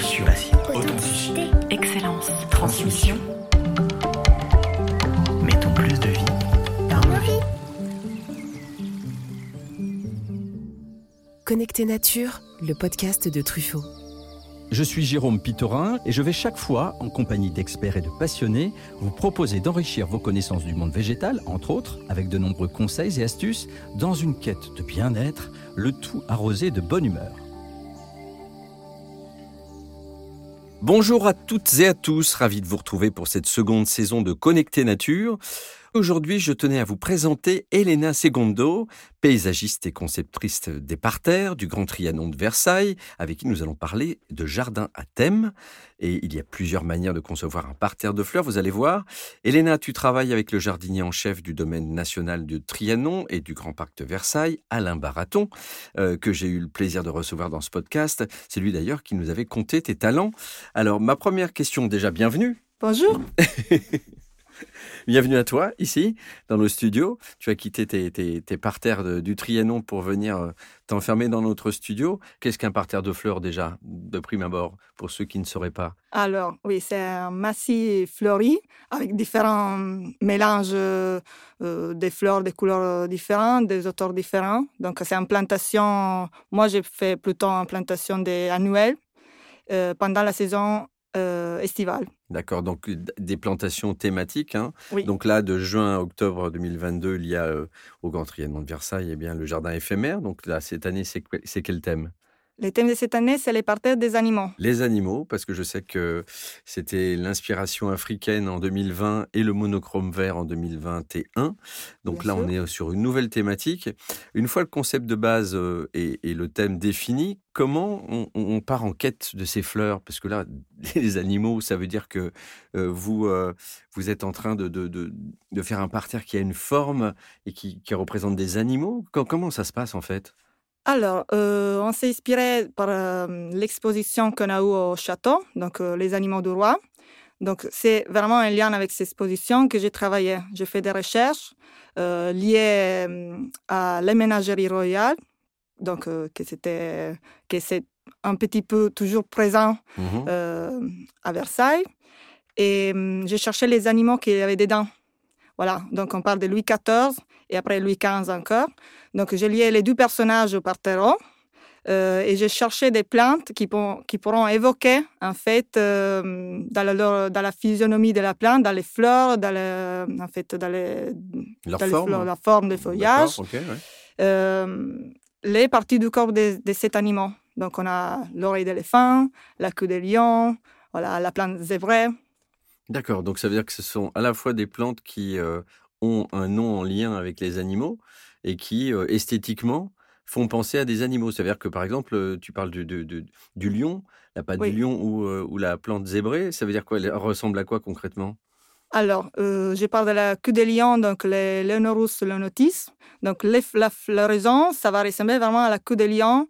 Passion, authenticité, excellence, transmission. Mettons plus de vie dans nos vies. Connecté Nature, le podcast de Truffaut. Je suis Jérôme Pitorin et je vais chaque fois, en compagnie d'experts et de passionnés, vous proposer d'enrichir vos connaissances du monde végétal, entre autres, avec de nombreux conseils et astuces, dans une quête de bien-être, le tout arrosé de bonne humeur. Bonjour à toutes et à tous, ravi de vous retrouver pour cette seconde saison de Connecté Nature. Aujourd'hui, je tenais à vous présenter Elena Segundo, paysagiste et conceptrice des parterres du Grand Trianon de Versailles, avec qui nous allons parler de jardin à thème. Et il y a plusieurs manières de concevoir un parterre de fleurs, vous allez voir. Elena, tu travailles avec le jardinier en chef du domaine national de Trianon et du Grand Parc de Versailles, Alain Baraton, que j'ai eu le plaisir de recevoir dans ce podcast. C'est lui d'ailleurs qui nous avait conté tes talents. Alors, ma première question, déjà, bienvenue. Bonjour. Bienvenue à toi, ici, dans nos studios. Tu as quitté tes parterres du Trianon pour venir t'enfermer dans notre studio. Qu'est-ce qu'un parterre de fleurs, déjà, de prime abord, pour ceux qui ne sauraient pas? Alors, oui, c'est un massif fleuri avec différents mélanges des fleurs, des couleurs différentes, des auteurs différents. Donc, c'est une plantation. Moi, j'ai fait plutôt une plantation annuelle pendant la saison estivale. D'accord, donc des plantations thématiques. Hein. Oui. Donc là, de juin à octobre 2022, il y a au Grand Trianon de Versailles eh bien, le jardin éphémère. Donc là, cette année, c'est quel thème? Le thème de cette année, c'est les parterres des animaux. Les animaux, parce que je sais que c'était l'inspiration africaine en 2020 et le monochrome vert en 2021. Donc Bien là, sûr. on est sur une nouvelle thématique. Une fois le concept de base et le thème défini, comment on part en quête de ces fleurs? Parce que là, les animaux, ça veut dire que vous êtes en train de faire un parterre qui a une forme et qui représente des animaux. Comment ça se passe en fait? Alors, on s'est inspiré par l'exposition qu'on a eue au château, donc les animaux du roi. Donc, c'est vraiment un lien avec cette exposition que j'ai travaillé. J'ai fait des recherches liées à l'aménagerie royale, donc que c'est un petit peu toujours présent à Versailles. Et j'ai cherché les animaux qui avaient des dents. Voilà, donc on parle de Louis XIV et après Louis XV encore. Donc j'ai lié les deux personnages au parterre et j'ai cherché des plantes qui pourront évoquer en fait dans la physionomie de la plante, dans les fleurs, la forme des feuillages, D'accord, ok, ouais. les parties du corps de cet animal. Donc on a l'oreille d'éléphant, la queue de lion, voilà, la plante zébrée. D'accord, donc ça veut dire que ce sont à la fois des plantes qui ont un nom en lien avec les animaux et qui, esthétiquement, font penser à des animaux. Ça veut dire que, par exemple, tu parles du lion, la patte Oui. du lion ou la plante zébrée, ça veut dire quoi? Elle ressemble à quoi concrètement? Alors, je parle de la queue de lion, donc les Leonorus leonotis. Donc, la floraison, ça va ressembler vraiment à la queue de lion,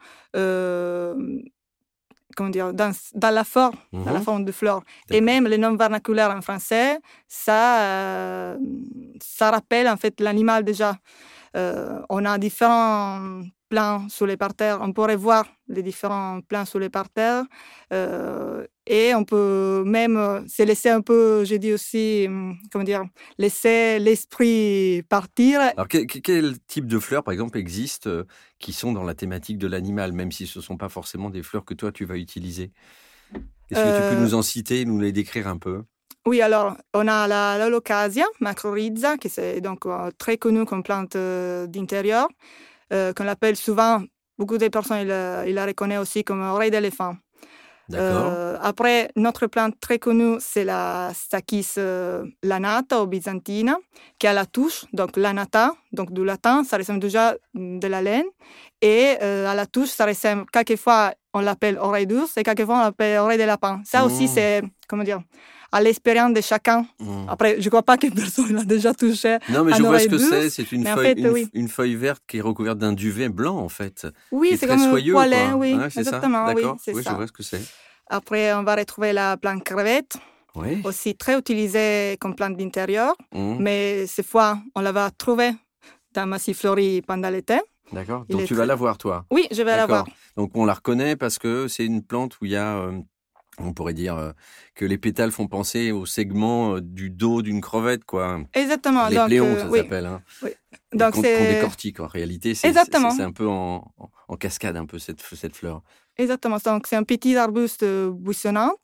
comment dire, dans la forme de fleur. Et D'accord. même le nom vernaculaire en français, ça rappelle en fait l'animal déjà. On a différents plans sur les parterres. On pourrait voir les différents plans sur les parterres. Et on peut même se laisser un peu, j'ai dit aussi, comment dire, laisser l'esprit partir. Alors, quel type de fleurs, par exemple, existent qui sont dans la thématique de l'animal, même si ce ne sont pas forcément des fleurs que toi, tu vas utiliser? Est-ce que tu peux nous en citer, nous les décrire un peu? Oui, alors, on a la Lolocasia macrorhiza, qui est donc très connue comme plante d'intérieur, qu'on l'appelle souvent, beaucoup de personnes ils la reconnaissent aussi comme oreille d'éléphant. D'accord. Après, notre plante très connue, c'est la Stachys lanata ou byzantina, qui a la touche, donc lanata, donc du latin, ça ressemble déjà de la laine. Et à la touche, ça ressemble, quelquefois, on l'appelle oreille douce et quelquefois, on l'appelle oreille de lapin. Ça aussi, c'est, comment dire, à l'expérience de chacun. Après, je ne crois pas que personne l'a déjà touché. Non, mais je vois ce que douce, c'est. C'est une mais en feuille, fait, oui. une feuille verte qui est recouverte d'un duvet blanc, en fait. Oui, qui est c'est très comme soyeux, poêlé, quoi. oui, Ouais, c'est exactement, ça? oui, D'accord. c'est Oui, ça. je vois ce que c'est. Après, on va retrouver la plante crevette, Oui. aussi très utilisée comme plante d'intérieur, Mmh. mais cette fois, on la va trouver dans Massif Fleuri pendant l'été. D'accord. Il Donc est tu vas très- la voir, toi. Oui, je vais la D'accord. voir. Donc on la reconnaît parce que c'est une plante où il y a On pourrait dire que les pétales font penser au segment du dos d'une crevette, quoi. Exactement. Les Donc, pléons, ça oui, s'appelle. Hein. oui. Et Donc, qu'on décortique. En réalité, c'est Exactement. un peu en cascade, un peu, cette fleur. Exactement. Donc, c'est un petit arbuste buissonnant.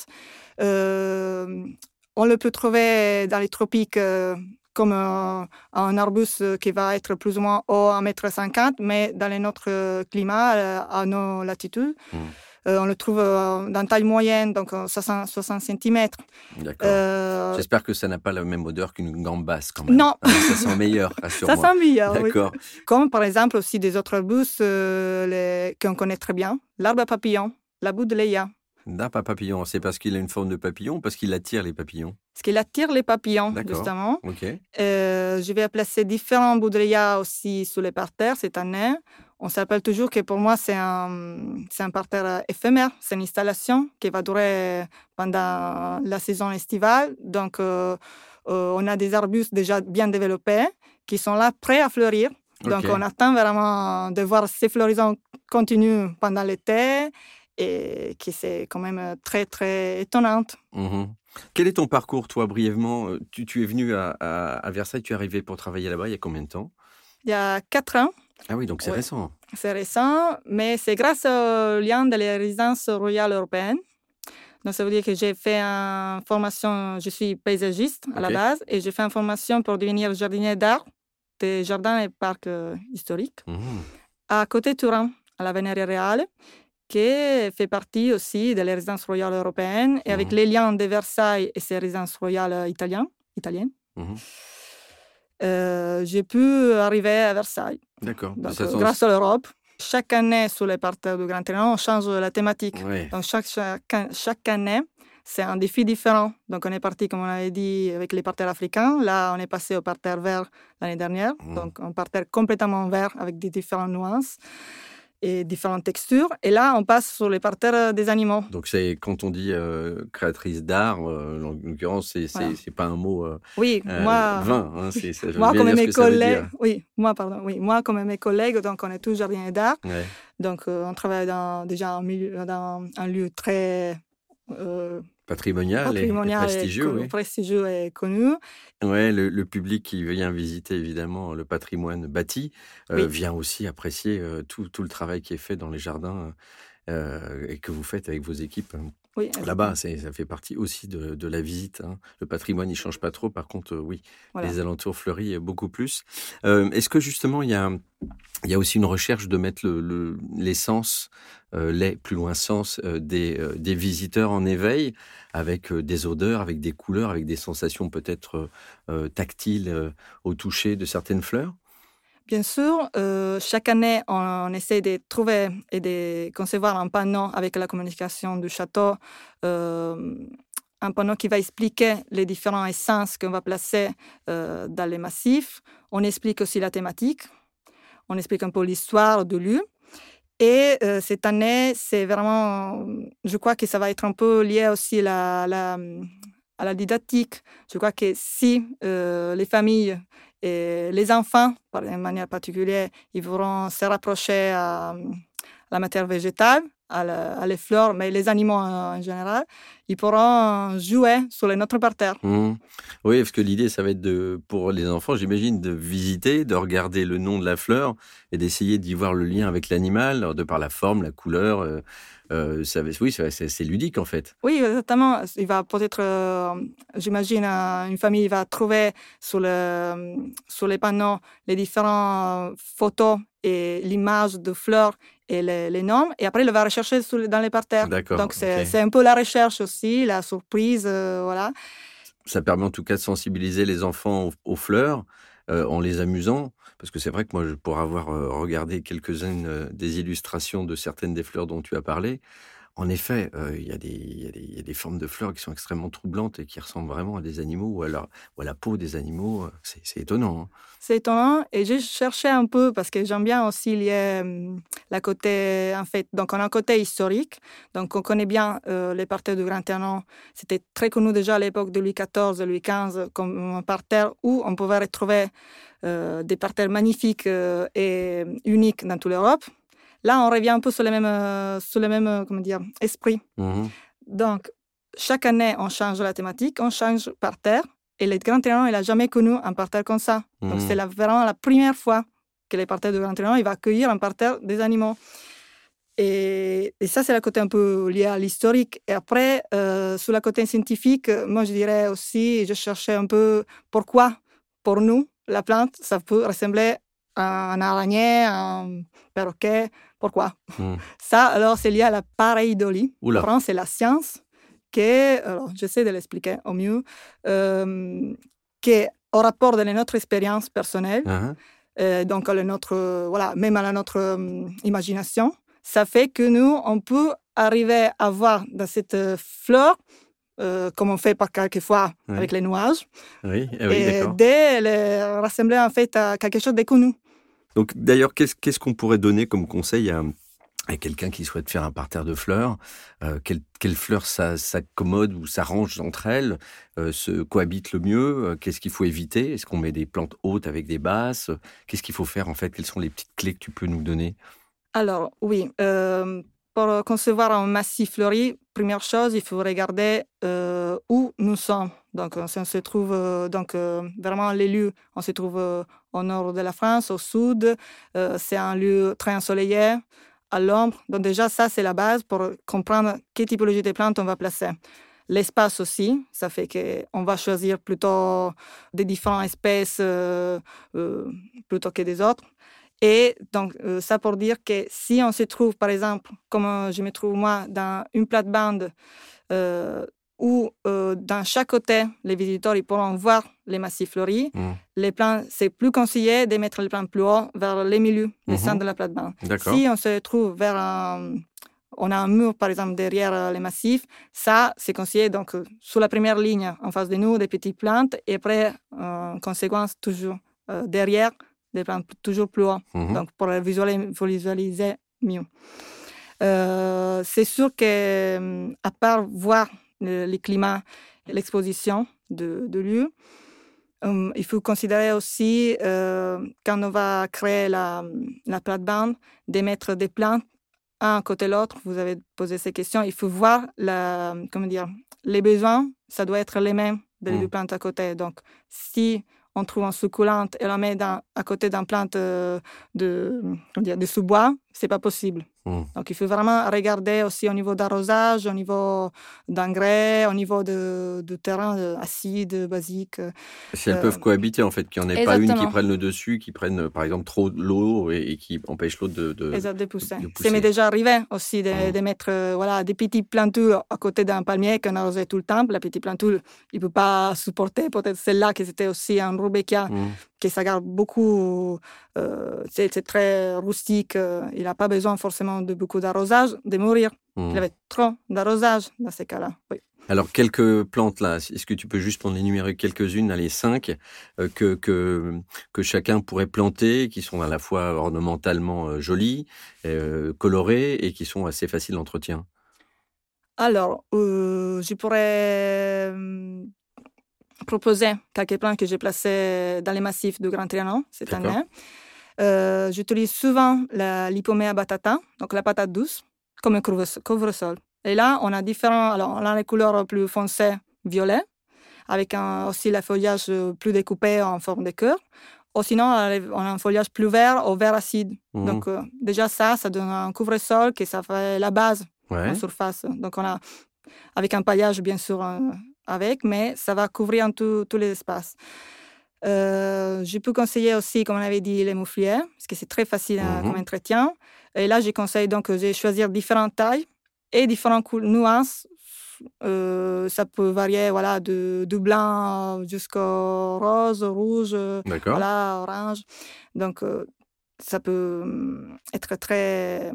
On le peut trouver dans les tropiques comme un arbuste qui va être plus ou moins haut 1,50 m, mais dans les autres climats, à nos latitudes, on le trouve dans taille moyenne, donc 60 cm. D'accord. J'espère que ça n'a pas la même odeur qu'une gambasse, quand même. Non. Ça sent meilleur, rassure-moi. Ça sent meilleur, D'accord. Oui. Comme par exemple aussi des autres arbustes qu'on connaît très bien, l'arbre à papillon, la boudeléia. L'arbre à papillon, c'est parce qu'il a une forme de papillon ou parce qu'il attire les papillons? Parce qu'il attire les papillons, D'accord. justement. Ok. Je vais placer différents boudeléias aussi sous les parterres cette année. On s'appelle toujours que pour moi, c'est un parterre éphémère. C'est une installation qui va durer pendant la saison estivale. Donc, on a des arbustes déjà bien développés qui sont là, prêts à fleurir. Donc, on attend vraiment de voir ces floraisons continuer pendant l'été et qui c'est quand même très, très étonnante. Quel est ton parcours, toi, brièvement? Tu es venu à Versailles, tu es arrivé pour travailler là-bas il y a combien de temps? Il y a 4 ans. Ah oui, donc c'est récent. C'est récent, mais c'est grâce au lien de la résidence royale européenne. Donc, ça veut dire que j'ai fait une formation, je suis paysagiste à la base, et j'ai fait une formation pour devenir jardinier d'art des jardins et parcs historiques à côté de Turin, à la Vénérie Reale, qui fait partie aussi de la résidence royale européenne, et avec les liens de Versailles et ses résidences royales italiennes. J'ai pu arriver à Versailles. D'accord. Donc, grâce à l'Europe. Chaque année, sur les parterres du Grand Trianon, on change la thématique. Ouais. Donc, chaque année, c'est un défi différent. Donc, on est parti, comme on avait dit, avec les parterres africains. Là, on est passé au parterre vert l'année dernière. Donc, un parterre complètement vert avec des différentes nuances et différentes textures. Et là, on passe sur les parterres des animaux. Donc, c'est quand on dit créatrice d'art, en l'occurrence, c'est pas un mot oui, moi, vain. Hein, moi, comme mes collègues, moi, comme mes collègues, donc on est tous jardiniers d'art. Ouais. Donc, on travaille dans un lieu très patrimonial et prestigieux. Prestigieux et connu. Ouais, le public qui vient visiter évidemment le patrimoine bâti vient aussi apprécier tout le travail qui est fait dans les jardins et que vous faites avec vos équipes. Oui, là-bas, ça fait partie aussi de la visite. Hein. Le patrimoine, il ne change pas trop. Par contre, les alentours fleuris, beaucoup plus. Est-ce que justement, il y a aussi une recherche de mettre l'essence, plus loin sens, des visiteurs en éveil, avec des odeurs, avec des couleurs, avec des sensations peut-être tactiles au toucher de certaines fleurs? Bien sûr, chaque année, on essaie de trouver et de concevoir un panneau avec la communication du château, un panneau qui va expliquer les différentes essences qu'on va placer dans les massifs. On explique aussi la thématique, on explique un peu l'histoire du lieu. Et cette année, c'est vraiment, je crois que ça va être un peu lié aussi à la didactique. Je crois que si les familles et les enfants, d'une manière particulière, ils vont se rapprocher à la matière végétale, à les fleurs, mais les animaux en général, ils pourront jouer sur les notre parterre. Oui, parce que l'idée, ça va être pour les enfants, j'imagine, de visiter, de regarder le nom de la fleur et d'essayer d'y voir le lien avec l'animal, de par la forme, la couleur. C'est ludique en fait. Oui, exactement. Il va peut-être, j'imagine, une famille va trouver sur les panneaux les différentes photos et l'image de fleurs et les noms. Et après, il va rechercher dans les parterres. D'accord. Donc, c'est un peu la recherche aussi, la surprise, voilà. Ça permet en tout cas de sensibiliser les enfants aux fleurs en les amusant. Parce que c'est vrai que moi, pour avoir regardé quelques-unes des illustrations de certaines des fleurs dont tu as parlé, en effet, il y a des formes de fleurs qui sont extrêmement troublantes et qui ressemblent vraiment à des animaux ou à la peau des animaux. C'est étonnant. Hein. C'est étonnant. Et j'ai cherché un peu parce que j'aime bien aussi lier la côté, en fait. Donc, on a un côté historique. Donc, on connaît bien les parterres du Grand Trianon. C'était très connu déjà à l'époque de Louis XIV, Louis XV, comme un parterre où on pouvait retrouver des parterres magnifiques et uniques dans toute l'Europe. Là, on revient un peu sur les mêmes comment dire, esprits. Donc, chaque année, on change la thématique, on change par terre. Et le Grand Trianon, il n'a jamais connu un parterre comme ça. Donc, c'est vraiment la première fois que les parterres du Grand Trianon, il va accueillir un parterre des animaux. Et ça, c'est le côté un peu lié à l'historique. Et après, sur le côté scientifique, moi, je dirais aussi, je cherchais un peu pourquoi, pour nous, la plante, ça peut ressembler à un araignée, à un perroquet. Pourquoi Ça, alors, c'est lié à la pareidolie. Vraiment, c'est la science alors, j'essaie de l'expliquer au mieux, qui est au rapport de notre expérience personnelle, donc même à notre imagination. Ça fait que nous, on peut arriver à voir dans cette fleur, comme on fait par quelquefois avec les nuages, de ressembler en fait à quelque chose de connu. Donc d'ailleurs, qu'est-ce qu'on pourrait donner comme conseil à quelqu'un qui souhaite faire un parterre de fleurs? Quelles fleurs s'accommodent ou s'arrangent entre elles, se cohabitent le mieux? Qu'est-ce qu'il faut éviter? Est-ce qu'on met des plantes hautes avec des basses? Qu'est-ce qu'il faut faire en fait? Quelles sont les petites clés que tu peux nous donner? Alors, oui, pour concevoir un massif fleuri, première chose, il faut regarder où nous sommes. Donc, on se trouve vraiment les lieux. On se trouve au nord de la France, au sud. C'est un lieu très ensoleillé, à l'ombre. Donc, déjà, ça, c'est la base pour comprendre quelle typologie de plantes on va placer. L'espace aussi, ça fait qu'on va choisir plutôt des différentes espèces plutôt que des autres. Et donc, ça pour dire que si on se trouve, par exemple, comme je me trouve moi, dans une plate-bande où dans chaque côté, les visiteurs ils pourront voir les massifs fleuris, les plants, c'est plus conseillé de mettre les plants plus haut vers les milieux, le centre de la plate-bande. Si on se trouve on a un mur, par exemple, derrière les massifs, ça, c'est conseillé, donc, sur la première ligne, en face de nous, des petites plantes, et après, en conséquence, toujours derrière, des plantes toujours plus haut, donc pour visualiser mieux. C'est sûr que, à part voir le climat et l'exposition de lieu, il faut considérer aussi, quand on va créer la plate-bande, de mettre des plantes un à côté de l'autre. Vous avez posé ces questions. Il faut voir les besoins, ça doit être les mêmes des deux plantes à côté. Donc, si on trouve une succulente et on la met à côté d'une plante de sous-bois, c'est pas possible. Donc, il faut vraiment regarder aussi au niveau d'arrosage, au niveau d'engrais, au niveau de terrain acide, basique. Si elles peuvent cohabiter, en fait, qu'il n'y en ait pas une qui prenne le dessus, qui prenne, par exemple, trop l'eau et qui empêche l'autre de pousser. Ça m'est déjà arrivé aussi de mettre des petites plantules à côté d'un palmier qu'on arrosait tout le temps. La petite plantule, il ne peut pas supporter. Peut-être celle-là, qui c'était aussi un rudbeckia, qui ça garde beaucoup. C'est très rustique. Il n'a pas besoin forcément de beaucoup d'arrosage, de mourir. Il avait trop d'arrosage dans ces cas-là. Oui. Alors, quelques plantes là, est-ce que tu peux juste en énumérer quelques-unes, les 5, que chacun pourrait planter, qui sont à la fois ornementalement jolies, colorées et qui sont assez faciles d'entretien? Alors, je pourrais proposer quelques plantes que j'ai placées dans les massifs du Grand Trianon cette année. J'utilise souvent la Lipomea batata, donc la patate douce, comme un couvre-sol. Et là, on a différents. Alors, on a les couleurs plus foncées, violet, avec aussi le feuillage plus découpé en forme de cœur. Ou sinon, on a un feuillage plus vert au vert acide. Donc, déjà, ça donne un couvre-sol que ça fait la base en surface. Donc, on a, avec un paillage, bien sûr, mais ça va couvrir tous les espaces. Je peux conseiller aussi, comme on avait dit, les mouflières, parce que c'est très facile comme entretien. Et là, je conseille donc de choisir différentes tailles et différentes nuances. Ça peut varier du blanc jusqu'au rose, rouge, orange. Donc, ça peut être très,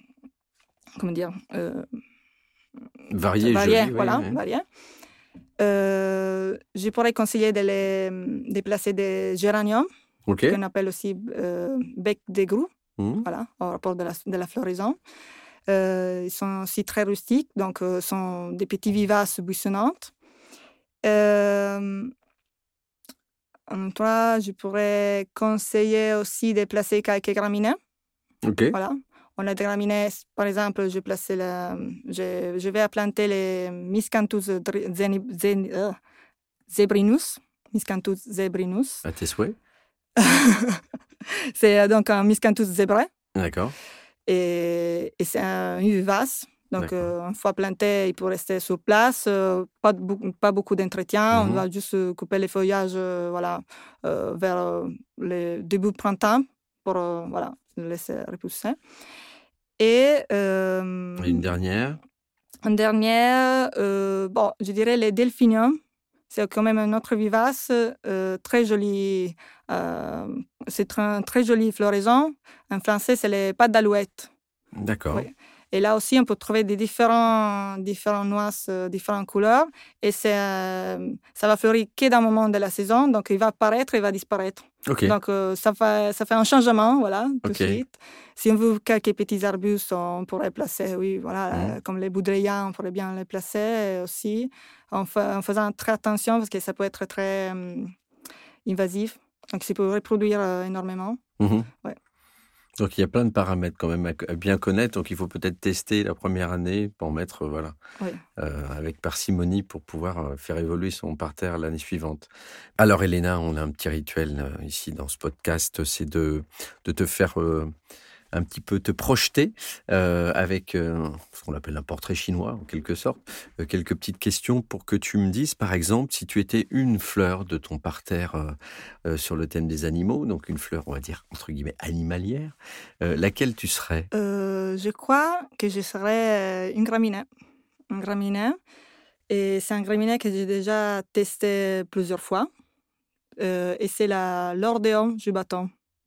varié, joli, varié. Je pourrais conseiller de placer des géraniums, qu'on appelle aussi bec d'égrou, au rapport de la floraison. Ils sont aussi très rustiques, donc sont des petits vivaces buissonnantes. En trois, je pourrais conseiller aussi de placer quelques graminées. On a des graminées, par exemple, je vais planter les Miscanthus zebrinus. Miscanthus zebrinus. À tes souhaits. C'est donc un Miscanthus zébré. D'accord. Et c'est un vivace. Donc, une fois planté, il peut rester sur place. Pas beaucoup d'entretien. On va juste couper les feuillages vers le début du printemps pour le laisser repousser. Et une dernière. Une dernière, je dirais les delphiniums. C'est quand même un autre vivace, très joli. C'est très joli floraison. En français, c'est les pattes d'alouette. D'accord. Oui. Et là aussi, on peut trouver des différentes nuances, différentes couleurs. Et ça va fleurir que dans le moment de la saison. Donc, il va apparaître et il va disparaître. Okay. Donc, ça fait un changement, tout de suite. Si on veut quelques petits arbustes, on pourrait placer, comme les boudreyas, on pourrait bien les placer aussi, en faisant très attention parce que ça peut être très invasif. Donc, ça peut reproduire énormément. Ouais. Donc, il y a plein de paramètres quand même à bien connaître. Donc, il faut peut-être tester la première année pour mettre, avec parcimonie pour pouvoir faire évoluer son parterre l'année suivante. Alors, Elena, on a un petit rituel ici dans ce podcast, c'est de te faire un petit peu te projeter avec ce qu'on appelle un portrait chinois, en quelque sorte. Quelques petites questions pour que tu me dises, par exemple, si tu étais une fleur de ton parterre sur le thème des animaux, donc une fleur, on va dire, entre guillemets, animalière, laquelle tu serais ? Je crois que je serais une graminée. Un graminé. Et c'est un graminé que j'ai déjà testé plusieurs fois. Et c'est l'Ordéon jubaton.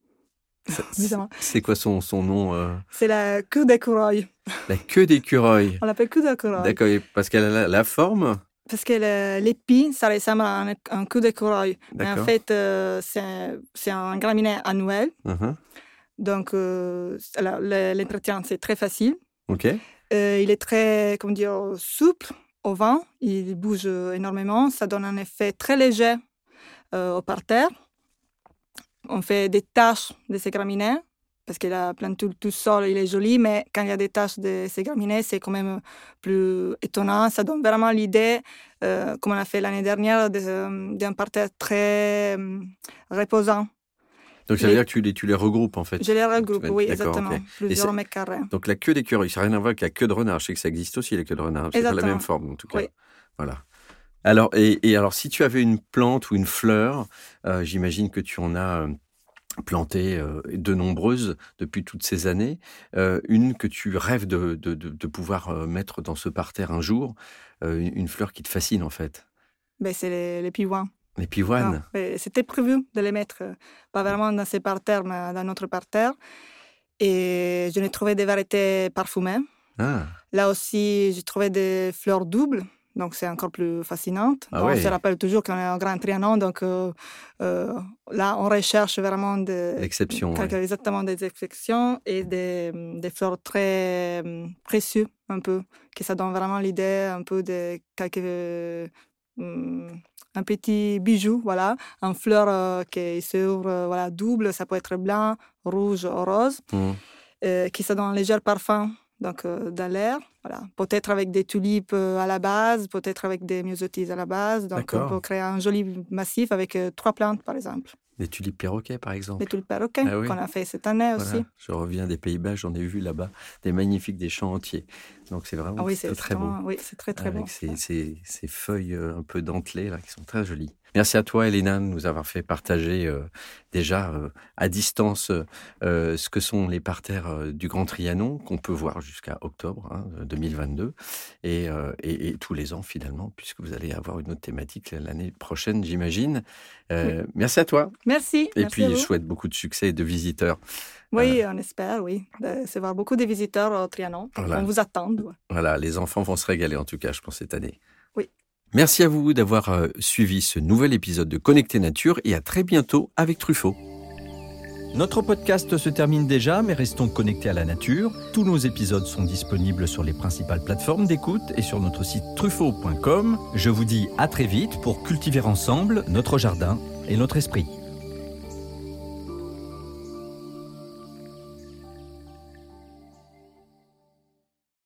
C'est quoi son nom C'est la queue d'écureuil. La queue d'écureuil. On l'appelle queue d'écureuil. D'accord, parce qu'elle a la forme. Parce que l'épi, ça ressemble à un queue d'écureuil. Mais en fait, c'est un graminé annuel. Donc, l'entretien, c'est très facile. Ok. Il est très, souple au vent. Il bouge énormément. Ça donne un effet très léger au parterre. On fait des taches de ces graminées, parce que la plante tout seul, il est joli, mais quand il y a des taches de ces graminées, c'est quand même plus étonnant. Ça donne vraiment l'idée, comme on a fait l'année dernière, d'un parterre très reposant. Donc ça veut dire que tu les regroupes en fait. Je les regroupe, oui, exactement. Okay. Plusieurs mètres carrés. Donc la queue d'écureuil, ça n'a rien à voir avec la queue de renard. Je sais que ça existe aussi, la queue de renard. C'est pas la même forme en tout cas. Oui. Voilà. Alors, alors, si tu avais une plante ou une fleur, j'imagine que tu en as planté de nombreuses depuis toutes ces années, une que tu rêves de pouvoir mettre dans ce parterre un jour, une fleur qui te fascine en fait. C'est les pivoines. Les pivoines. C'était prévu de les mettre, pas vraiment dans ces parterres, mais dans notre parterre. Et je n'ai trouvé des variétés parfumées. Là aussi, j'ai trouvé des fleurs doubles. Donc, c'est encore plus fascinant. On se rappelle toujours qu'on est un grand Trianon. Donc, là, on recherche vraiment exactement des exceptions et des fleurs très précieuses, un peu, que ça donne vraiment l'idée un peu de un petit bijou, en fleur qui s'ouvre, double. Ça peut être blanc, rouge ou rose, qui ça donne un léger parfum. Donc, dans l'air, peut-être avec des tulipes à la base, peut-être avec des myosotis à la base. Donc, on peut créer un joli massif avec 3 plantes, par exemple. Des tulipes perroquets, par exemple. Des tulipes perroquets, qu'on a fait cette année aussi. Je reviens des Pays-Bas, j'en ai vu là-bas des magnifiques, des champs entiers. Donc, c'est vraiment très beau. Oui, c'est très, très beau. Avec ces feuilles un peu dentelées, là, qui sont très jolies. Merci à toi, Elena, de nous avoir fait partager déjà à distance ce que sont les parterres du Grand Trianon, qu'on peut voir jusqu'à octobre 2022, et tous les ans, finalement, puisque vous allez avoir une autre thématique l'année prochaine, j'imagine. Merci à toi. Merci. Et puis, je souhaite beaucoup de succès et de visiteurs. Oui, on espère, oui. C'est voir beaucoup de visiteurs au Trianon. Voilà. On vous attend. Voilà, les enfants vont se régaler, en tout cas, je pense, cette année. Oui. Merci à vous d'avoir suivi ce nouvel épisode de Connecté Nature et à très bientôt avec Truffaut. Notre podcast se termine déjà, mais restons connectés à la nature. Tous nos épisodes sont disponibles sur les principales plateformes d'écoute et sur notre site truffaut.com. Je vous dis à très vite pour cultiver ensemble notre jardin et notre esprit.